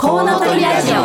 コウノトリラジオ。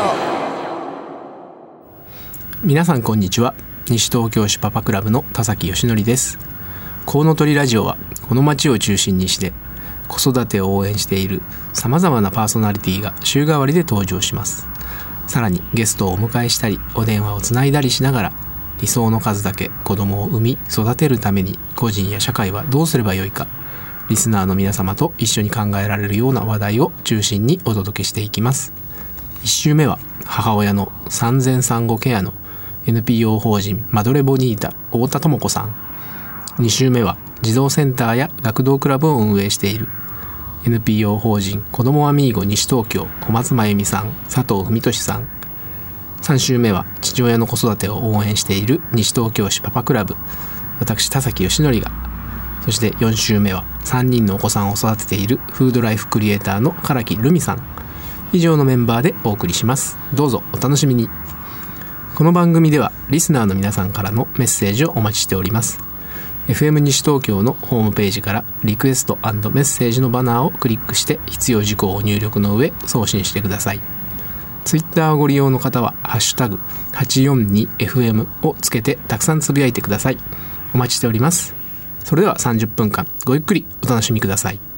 皆さんこんにちは。西東京市パパクラブの田崎義則です。コウノトリラジオはこの町を中心にして子育てを応援しているさまざまなパーソナリティが週替わりで登場します。さらにゲストをお迎えしたりお電話をつないだりしながら、理想の数だけ子供を産み育てるために個人や社会はどうすればよいか、リスナーの皆様と一緒に考えられるような話題を中心にお届けしていきます。1週目は母親の産前産後ケアの NPO 法人マドレボニータ太田智子さん。2週目は児童センターや学童クラブを運営している NPO 法人子どもアミーゴ西東京小松真由美さん、佐藤文俊さん。3週目は父親の子育てを応援している西東京市パパクラブ、私田崎義則が、そして4週目は3人のお子さんを育てているフードライフクリエイターの唐木留美さん。以上のメンバーでお送りします。どうぞお楽しみに。この番組ではリスナーの皆さんからのメッセージをお待ちしております。 FM 西東京のホームページからリクエスト&メッセージのバナーをクリックして必要事項を入力の上送信してください。ツイッターをご利用の方はハッシュタグ 842FM をつけてたくさんつぶやいてください。お待ちしております。それでは30分間ごゆっくりお楽しみください。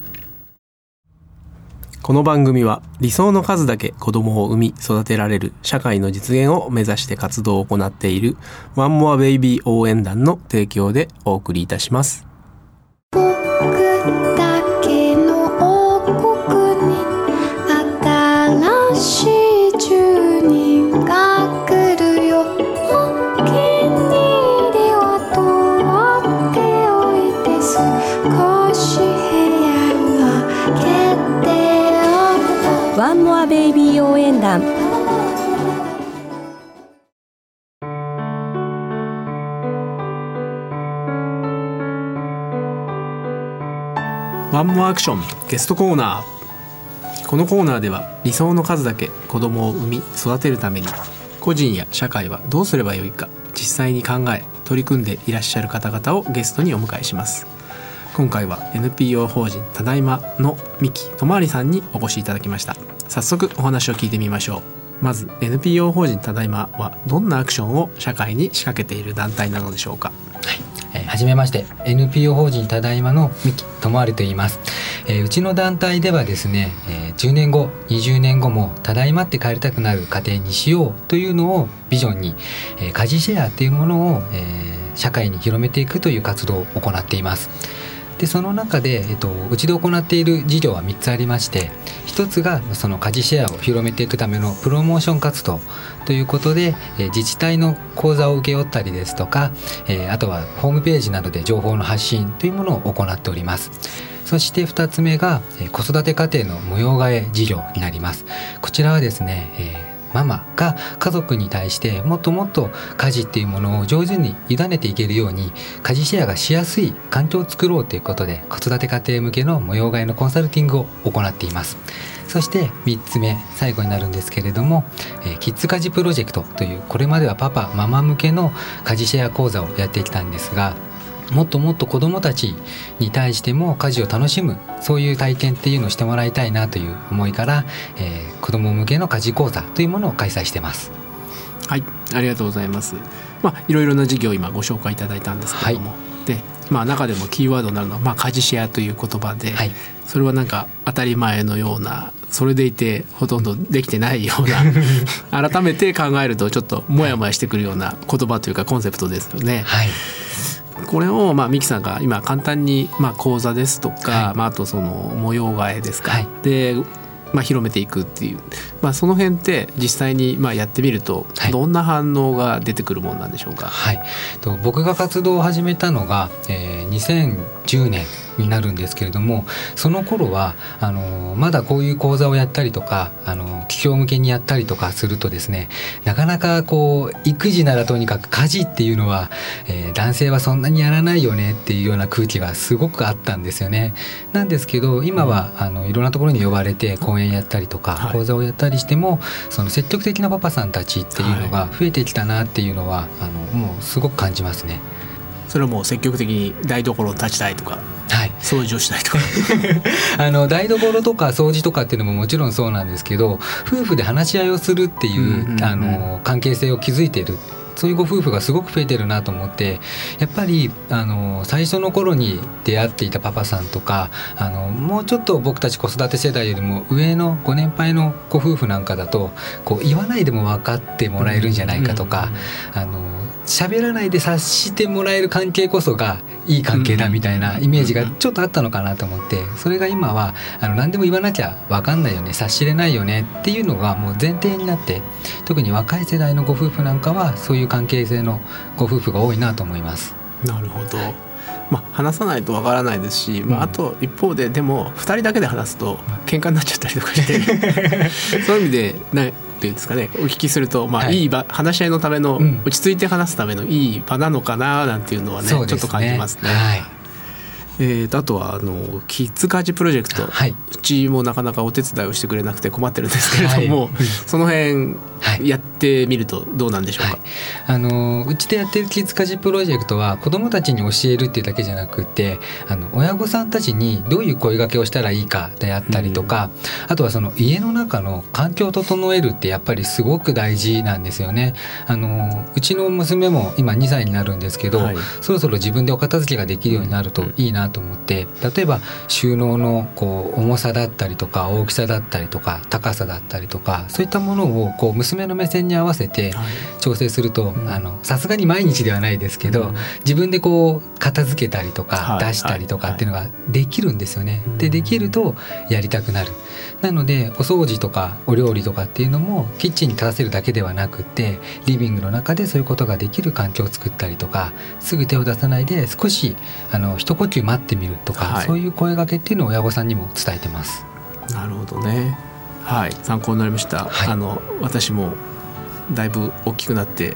この番組は理想の数だけ子供を産み育てられる社会の実現を目指して活動を行っているワンモアベイビー応援団の提供でお送りいたします。 僕だけの王国に新しい住人が来るよ。お気に入りは取っておいて、少し部屋は決定。 ワンモアベイビー応援団。 ワンモアアクションゲストコーナー。このコーナーでは理想の数だけ子供を産み育てるために個人や社会はどうすればよいか、実際に考え取り組んでいらっしゃる方々をゲストにお迎えします。今回は NPO 法人ただいまの三木智有さんにお越しいただきました。早速お話を聞いてみましょう。まず NPO 法人ただいまはどんなアクションを社会に仕掛けている団体なのでしょうか。 はじめまして、 NPO 法人ただいまの三木智有と言います。うちの団体ではですね、10年後20年後もただいまって帰りたくなる家庭にしようというのをビジョンに、家事シェアというものを、社会に広めていくという活動を行っています。でその中で、うちで行っている事業は3つありまして、1つがその家事シェアを広めていくためのプロモーション活動ということで、自治体の講座を請け負ったりですとか、あとはホームページなどで情報の発信というものを行っております。そして2つ目が、子育て家庭の模様替え事業になります。こちらはですね、ママが家族に対してもっともっと家事っていうものを上手に委ねていけるように家事シェアがしやすい環境を作ろうということで、子育て家庭向けの模様替えのコンサルティングを行っています。そして3つ目最後になるんですけれども、キッズ家事プロジェクトという、これまではパパママ向けの家事シェア講座をやってきたんですが、もっともっと子どもたちに対しても家事を楽しむ、そういう体験っていうのをしてもらいたいなという思いから、子ども向けの家事講座というものを開催してます。 はい、ありがとうございます。いろいろな事業を今ご紹介いただいたんですけども、で中でもキーワードになるのは、家事シェアという言葉で、それはなんか当たり前のような、それでいてほとんどできてないような改めて考えるとちょっとモヤモヤしてくるような言葉というかコンセプトですよね。これを三木さんが今簡単に講座ですとか、あとその模様替えですか、で広めていくっていう、その辺って実際にやってみるとどんな反応が出てくるものなんでしょうか。 僕が活動を始めたのが、2010年になるんですけれども、その頃はまだこういう講座をやったりとか企業向けにやったりとかするとですね、なかなか育児ならとにかく家事っていうのは、男性はそんなにやらないよねっていうような空気がすごくあったんですよね。なんですけど今はいろんなところに呼ばれて講演やったりとか、講座をやったりしてもその積極的なパパさんたちっていうのが増えてきたなっていうのは、もうすごく感じますね。 それはもう積極的に台所に立ちたいとか、 掃除をしたりとか台所とか掃除とかっていうのももちろんそうなんですけど、夫婦で話し合いをするっていう、関係性を築いている、そういうご夫婦がすごく増えてるなと思って、やっぱり最初の頃に出会っていたパパさんとか、もうちょっと僕たち子育て世代よりも上のご年配のご夫婦なんかだと、こう言わないでも分かってもらえるんじゃないかとか、喋らないで察してもらえる関係こそがいい関係だみたいなイメージがちょっとあったのかなと思って、それが今は何でも言わなきゃ分かんないよね、察しれないよねっていうのがもう前提になって、特に若い世代のご夫婦なんかはそういう関係性のご夫婦が多いなと思います。 なるほど。話さないとわからないですし、あと一方ででも2人だけで話すと喧嘩になっちゃったりとかしてそういう意味でっていうんですかね、お聞きすると、いい場、話し合いのための、落ち着いて話すためのいい場なのかななんていうのはね、ちょっと感じますね。あとはキッズカージプロジェクト、うちもなかなかお手伝いをしてくれなくて困ってるんですけれども、その辺やってみるとどうなんでしょうか。 うちでやってるキッズカージプロジェクトは子どもたちに教えるっていうだけじゃなくて、親御さんたちにどういう声掛けをしたらいいかであったりとか、あとはその家の中の環境を整えるってやっぱりすごく大事なんですよね。うちの娘も今2歳になるんですけど、そろそろ自分でお片付けができるようになるといいなと思って、例えば収納の重さだったりとか大きさだったりとか高さだったりとか、そういったものを娘の目線に合わせて調整すると、さすがに毎日ではないですけど、自分で片付けたりとか出したりとかっていうのができるんですよね。できるとやりたくなる。なのでお掃除とかお料理とかっていうのもキッチンに立たせるだけではなくて、リビングの中でそういうことができる環境を作ったりとか、すぐ手を出さないで少し一呼吸待ってみるとか、そういう声掛けっていうのを親御さんにも伝えてます。 なるほどね。参考になりました。私もだいぶ大きくなって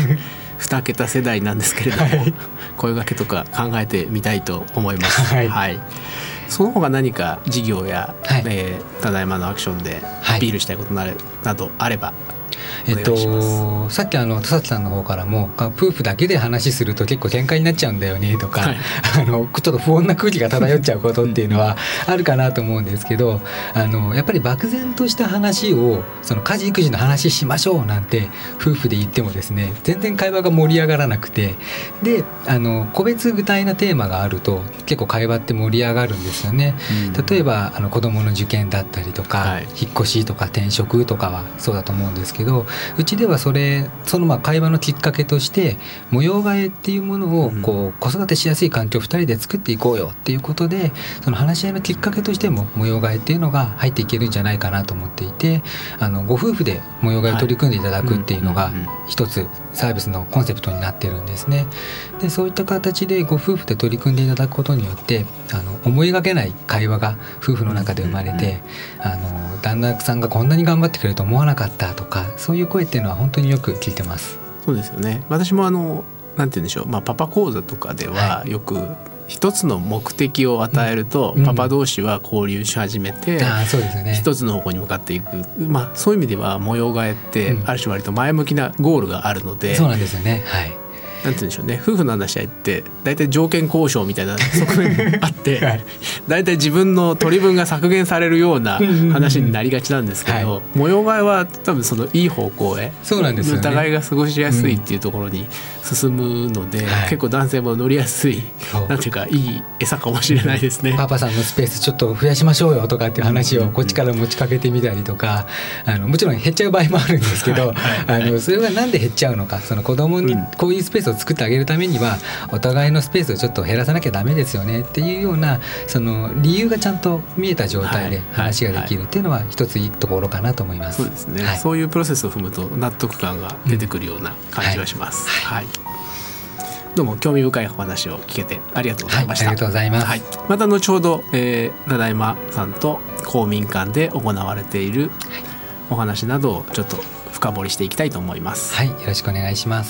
2桁世代なんですけれども、声掛けとか考えてみたいと思います。その他何か事業や、ただいまのアクションでアピールしたいことなどあればさっき田崎さんの方からも、夫婦だけで話すると結構喧嘩になっちゃうんだよねとか、ちょっと不穏な空気が漂っちゃうことっていうのはあるかなと思うんですけど、やっぱり漠然とした話を、その家事育児の話しましょうなんて夫婦で言ってもですね、全然会話が盛り上がらなくて、で個別具体なテーマがあると結構会話って盛り上がるんですよね。例えば子どもの受験だったりとか、引っ越しとか転職とかはそうだと思うんですけど、うちではその会話のきっかけとして模様替えっていうものを子育てしやすい環境を2人で作っていこうよっていうことで、その話し合いのきっかけとしても模様替えっていうのが入っていけるんじゃないかなと思っていて、ご夫婦で模様替えを取り組んでいただくっていうのが一つサービスのコンセプトになってるんですね。でそういった形でご夫婦で取り組んでいただくことによって、思いがけない会話が夫婦の中で生まれて、旦那さんがこんなに頑張ってくれると思わなかったとか、そういう声っていうのは本当によく聞いてます。 そうですよね。私もなんて言うんでしょう、パパ講座とかではよく一つの目的を与えると、パパ同士は交流し始めて、 そうですね、 一つの方向に向かっていく、そういう意味では模様替えってある種割と前向きなゴールがあるので、 そうなんですよね。 なんて言うんでしょうね、夫婦の話し合いって大体条件交渉みたいな側面もあって大体自分の取り分が削減されるような話になりがちなんですけど、模様替えは多分そのいい方向へ、 そうなんですよね、 お互いが過ごしやすいっていうところに進むので、結構男性も乗りやすい、なんていうかいい餌かもしれないですね。 パパさんのスペースちょっと増やしましょうよとかっていう話をこっちから持ちかけてみたりとか、もちろん減っちゃう場合もあるんですけど、それがなんで減っちゃうのか、その子供にこういうスペースを作ってあげるためには、お互いのスペースをちょっと減らさなきゃダメですよねっていうような、その理由がちゃんと見えた状態で話ができるっていうのは一ついいところかなと思います。 そうですね、そういうプロセスを踏むと納得感が出てくるような感じはします。どうも興味深いお話を聞けてありがとうございました。 ありがとうございます。 また後ほど、ただいまさんと公民館で行われているお話などをちょっと深掘りしていきたいと思います。 よろしくお願いします。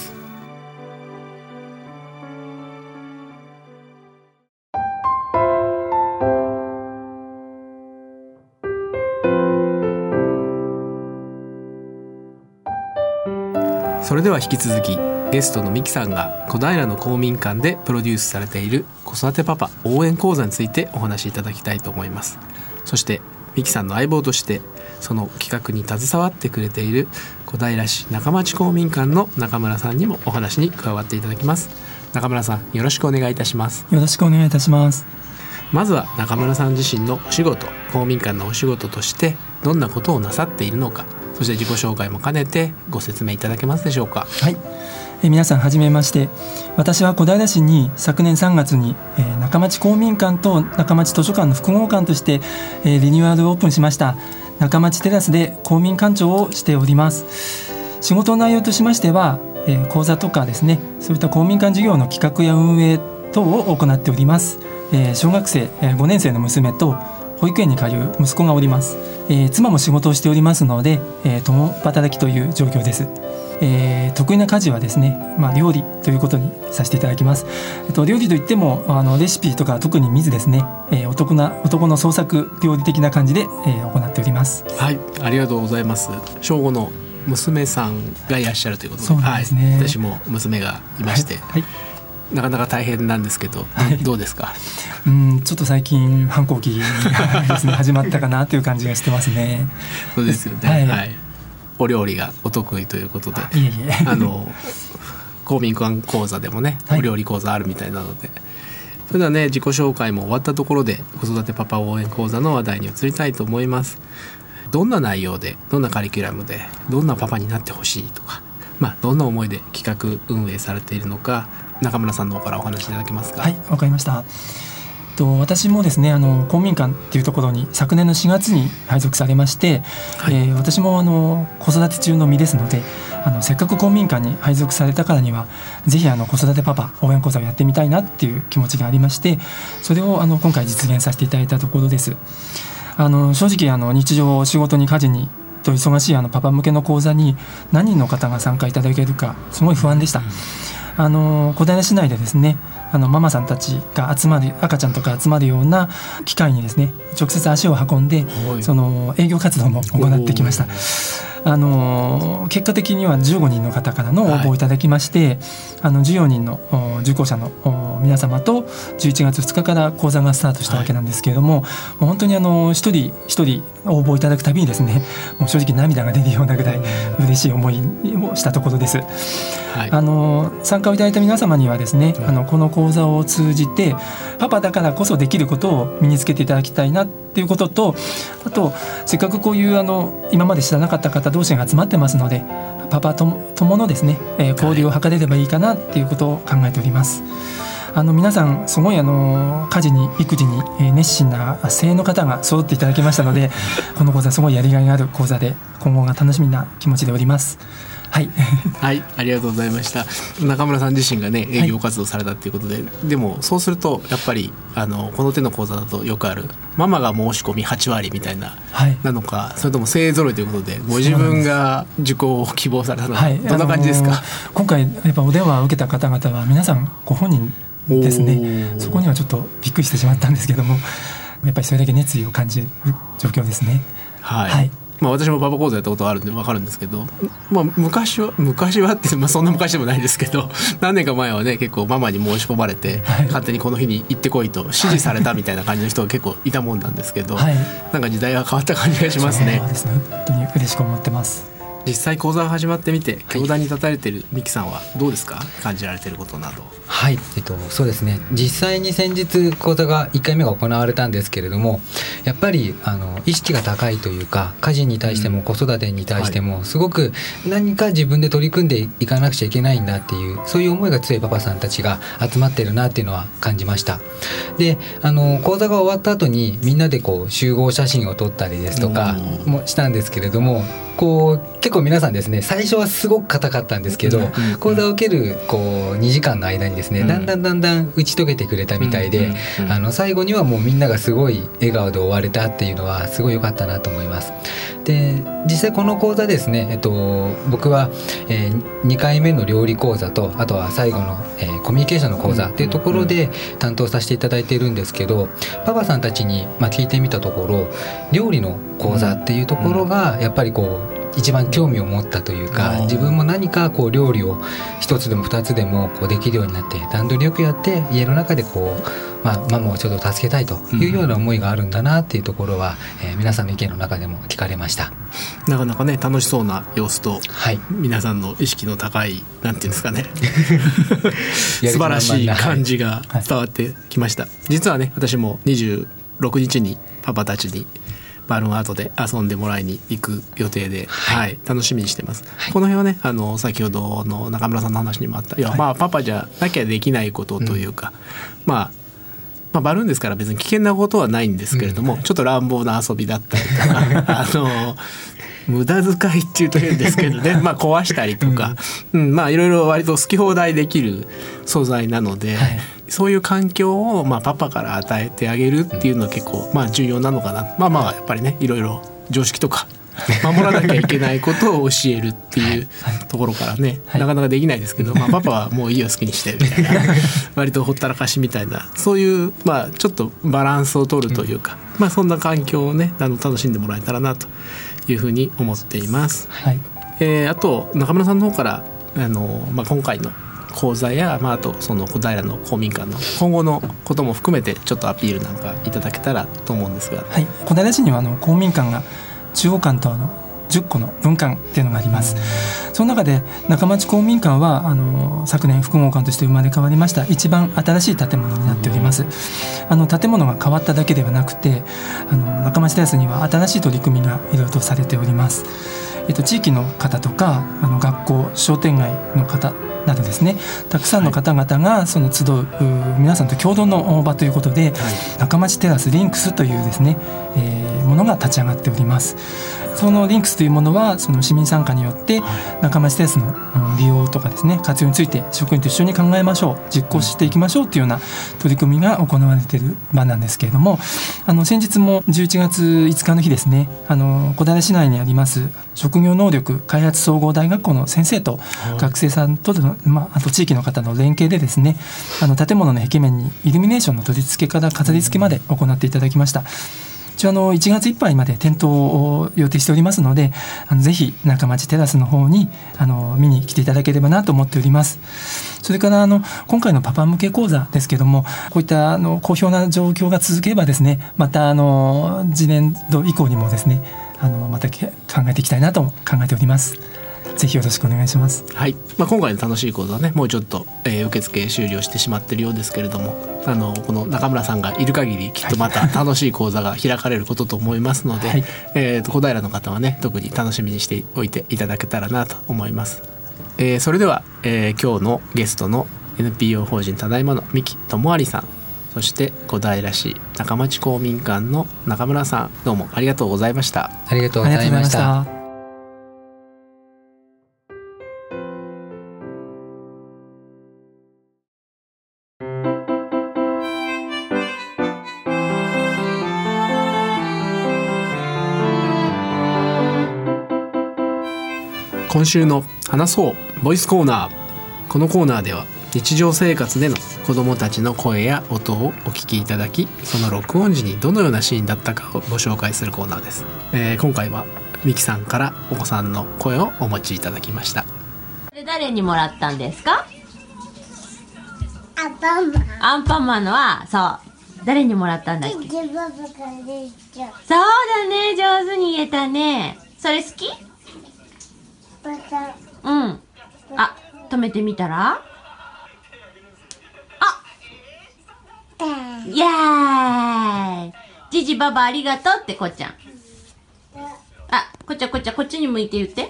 それでは引き続きゲストのミキさんが小平の公民館でプロデュースされている子育てパパ応援講座についてお話しいただきたいと思います。そしてミキさんの相棒としてその企画に携わってくれている小平市中町公民館の中村さんにもお話に加わっていただきます。中村さん、よろしくお願いいたします。 よろしくお願いいたします。 まずは中村さん自身のお仕事、公民館のお仕事としてどんなことをなさっているのか、そして自己紹介も兼ねてご説明いただけますでしょうか。 はい、皆さんはじめまして。私は小平市に昨年3月に、中町公民館と中町図書館の複合館として、リニューアルオープンしました中町テラスで公民館長をしております。仕事の内容としましては、講座とかですね、そういった公民館事業の企画や運営等を行っております。小学生、5年生の娘と保育園に通う息子がおります。妻も仕事をしておりますので、共働きという状況です。得意な家事はですね、料理ということにさせていただきます。料理といってもレシピとか特に見ずですね、男の創作料理的な感じで、行っております。 はい、ありがとうございます。小5の娘さんがいらっしゃるということで、 そうなんですね。 はい、私も娘がいまして、はい、なかなか大変なんですけど、はい、どうですか。 ちょっと最近反抗期がですね始まったかなという感じがしてますね。 そうですよね、はいはい、お料理がお得意ということで、公民館講座でもね、お料理講座あるみたいなので、それではね、自己紹介も終わったところで子育てパパ応援講座の話題に移りたいと思います。どんな内容で、どんなカリキュラムで、どんなパパになってほしいとか、どんな思いで企画運営されているのか、中村さんの方からお話しいただけますか。 はい、わかりました。私もですね、公民館っていうところに昨年の4月に配属されまして、はい、私も子育て中の身ですので、せっかく公民館に配属されたからにはぜひ子育てパパ応援講座をやってみたいなっていう気持ちがありまして、それを今回実現させていただいたところです。正直日常仕事に家事にと忙しいパパ向けの講座に何人の方が参加いただけるかすごい不安でした。小平市内でですね、ママさんたちが集まる、赤ちゃんとか集まるような機会にですね、直接足を運んでその営業活動も行ってきました。結果的には15人の方からの応募をいただきまして、14人の受講者の皆様と11月2日から講座がスタートしたわけなんですけれども、本当に一人一人応募いただくたびにですね、もう正直涙が出るようなぐらい嬉しい思いをしたところです。はい、参加をいただいた皆様にはですね、この講座を通じてパパだからこそできることを身につけていただきたいなっていうことと、あとせっかくこういう今まで知らなかった方同士が集まってますので、パパ友のですね、交流を図れればいいかなっていうことを考えております。皆さんすごい家事に育児に熱心な精鋭の方が揃っていただきましたのでこの講座すごいやりがいがある講座で、今後が楽しみな気持ちでおります。はい、 はい、ありがとうございました。中村さん自身がね営業活動されたということで、でもそうするとやっぱりこの手の講座だとよくあるママが申し込み8割みたいな、なのか、それとも精鋭揃いということでご自分が受講を希望されたのか、どんな感じですか。 今回やっぱお電話を受けた方々は皆さんご本人ですね。そこにはちょっとびっくりしてしまったんですけども、やっぱりそれだけ熱意を感じる状況ですね。 はい、はい、私もパパ講座やったことあるんで分かるんですけど、昔はって、そんな昔でもないですけど何年か前はね、結構ママに申し込まれて、勝手にこの日に行ってこいと指示されたみたいな感じの人が結構いたもんなんですけど、なんか時代が変わった感じがしますね。 そうですね、本当に嬉しく思ってます。 実際講座が始まってみて教壇に立たれているミキさんはどうですか、感じられていることなど。 はい、そうですね、実際に先日講座が1回目が行われたんですけれども、やっぱり意識が高いというか、家事に対しても子育てに対してもすごく何か自分で取り組んでいかなくちゃいけないんだっていう、そういう思いが強いパパさんたちが集まってるなっていうのは感じました。で講座が終わった後にみんなで集合写真を撮ったりですとかもしたんですけれども、結構皆さんですね、最初はすごく硬かったんですけど、講座を受ける2時間の間にですね、だんだん打ち解けてくれたみたいで、最後にはもうみんながすごい笑顔で終われたっていうのはすごい良かったなと思います。で、実際この講座ですね、僕は、2回目の料理講座と、あとは最後の、コミュニケーションの講座っていうところで担当させていただいているんですけど、パパさんたちに聞いてみたところ、料理の講座っていうところがやっぱり一番興味を持ったというか、自分も何かこう料理を一つでも二つでもこうできるようになって、段取りよくやって家の中でこう、ママをちょっと助けたいというような思いがあるんだなっていうところは、皆さんの意見の中でも聞かれました。 なかなかね楽しそうな様子と、 はい、 皆さんの意識の高いなんていうんですかね素晴らしい感じが伝わってきました。実はね私も26日にパパたちにバルーンアートで遊んでもらいに行く予定で、はい楽しみにしてます、この辺はね先ほどの中村さんの話にもあった、いや、パパじゃなきゃできないことというか、バルーンですから別に危険なことはないんですけれども、ちょっと乱暴な遊びだったりとか無駄遣いっていうと変ですけどね壊したりとか、いろいろ割と好き放題できる素材なので、そういう環境をパパから与えてあげるっていうのは結構重要なのかな。やっぱりねいろいろ常識とか守らなきゃいけないことを教えるっていうところからね、なかなかできないですけど、パパはもういいよ好きにしてみたいな割とほったらかしみたいな、そういうちょっとバランスを取るというか、そんな環境をね楽しんでもらえたらなというふうに思っています、あと中村さんの方から今回の講座や、あとその小平の公民館の今後のことも含めてちょっとアピールなんかいただけたらと思うんですが、 小平市には公民館が中央館と10個の分館っていうのがあります。その中で中町公民館は昨年複合館として生まれ変わりました一番新しい建物になっております。建物が変わっただけではなくて中町テラスには新しい取り組みがいろいろとされております。地域の方とか学校商店街の方などですね、たくさんの方々がその集う皆さんと共同の場ということで、中町テラスリンクスというですね、ものが立ち上がっております。そのリンクスというものはその市民参加によって中町テラスの利用とかですね活用について職員と一緒に考えましょう、実行していきましょうというような取り組みが行われている場なんですけれども、先日も11月5日の日ですね、小平市内にあります職業能力開発総合大学校の先生と学生さんとあと地域の方の連携でですね建物の壁面にイルミネーションの取り付けから飾り付けまで行っていただきました。一応1月いっぱいまで点灯を予定しておりますので、ぜひ中町テラスの方に見に来ていただければなと思っております。それから今回のパパ向け講座ですけども、こういった好評な状況が続けばですね、また次年度以降にもですねまた考えていきたいなと考えております。ぜひよろしくお願いします。 今回の楽しい講座はねもうちょっと、受付終了してしまっているようですけれども、この中村さんがいる限りきっとまた楽しい講座が開かれることと思いますので、小平の方はね特に楽しみにしておいていただけたらなと思います。それでは、今日のゲストの NPO 法人ただいまの三木智有さん、そして小平市中町公民館の中村さん、どうもありがとうございました。 ありがとうございました。 今週の話そうボイスコーナー。このコーナーでは日常生活での子どもたちの声や音をお聞きいただき、その録音時にどのようなシーンだったかをご紹介するコーナーです。今回はミキさんからお子さんの声をお持ちいただきました。 誰にもらったんですか？ アンパンマン。 アンパンマンのはそう誰にもらったんだっけ？そうだね、上手に言えたね。それ好き？うん。止めてみたら？イエーイ。ジジババありがとうってこっちゃん。こっちに向いて言って。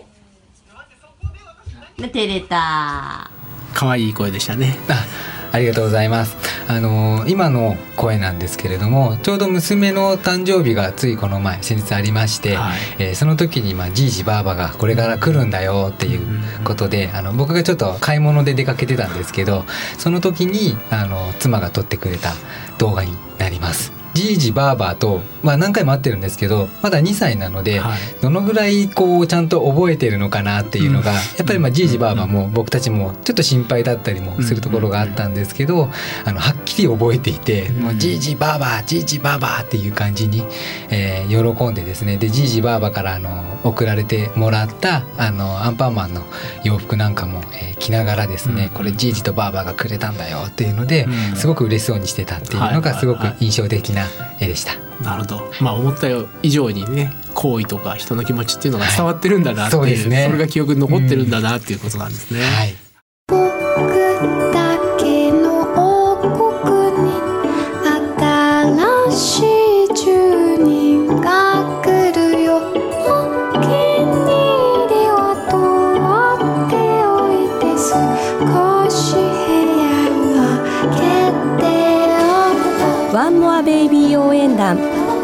照れた。 可愛い声でしたね。 ありがとうございます。今の声なんですけれども、ちょうど娘の誕生日がついこの前先日ありまして、その時にじいじばあばがこれから来るんだよっていうことで、僕がちょっと買い物で出かけてたんですけど、その時に妻が撮ってくれた動画になります。じいじばあばと、何回も会ってるんですけど、まだ2歳なので、どのぐらいこうちゃんと覚えてるのかなっていうのが、やっぱりじいじばあばも僕たちもちょっと心配だったりもするところがあったんですけど、はっきり覚えていて、もうじいじばあばじいじばあばっていう感じに、喜んでですね、でじいじばあばから送られてもらったアンパンマンの洋服なんかも、着ながらですね、これじいじとばあばがくれたんだよっていうので、すごく嬉しそうにしてたっていうのがすごく印象的な絵でした。 なるほど。思った以上にね、行為とか人の気持ちっていうのが伝わってるんだなっていう、 そうですね、 それが記憶に残ってるんだなっていうことなんですね。 はい。 僕だけの王国に新しい住人が来るよ。お気に入りは取っておいて、少し部屋を開けておく。 ワンモアベイビー応援団。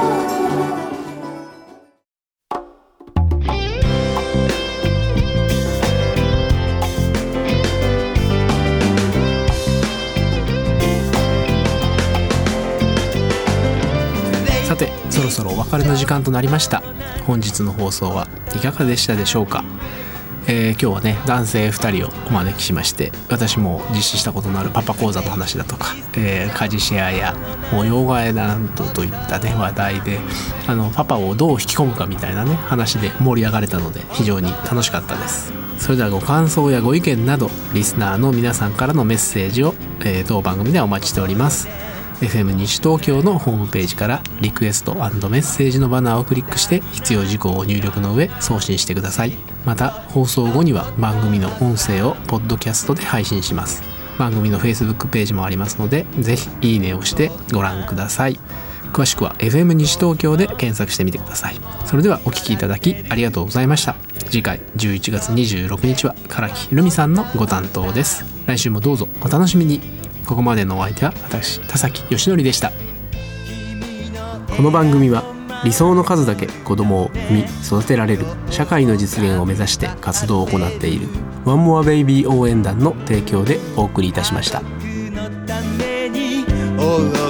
さて、そろそろお別れの時間となりました。本日の放送はいかがでしたでしょうか。今日はね、男性2人をお招きしまして、私も実施したことのあるパパ講座の話だとか、家事シェアや模様替えなんといったね話題で、パパをどう引き込むかみたいなね話で盛り上がれたので、非常に楽しかったです。それではご感想やご意見など、リスナーの皆さんからのメッセージを、当番組でお待ちしております。FM 西東京のホームページからリクエスト&メッセージのバナーをクリックして必要事項を入力の上送信してください。また放送後には番組の音声をポッドキャストで配信します。番組の Facebook ページもありますので、ぜひいいねをしてご覧ください。詳しくは FM 西東京で検索してみてください。それではお聞きいただきありがとうございました。次回11月26日は唐木ひろみさんのご担当です。来週もどうぞお楽しみに。ここまでのお相手は私田崎義則でした。この番組は理想の数だけ子供を産み育てられる社会の実現を目指して活動を行っているワンモアベイビー応援団の提供でお送りいたしました。 お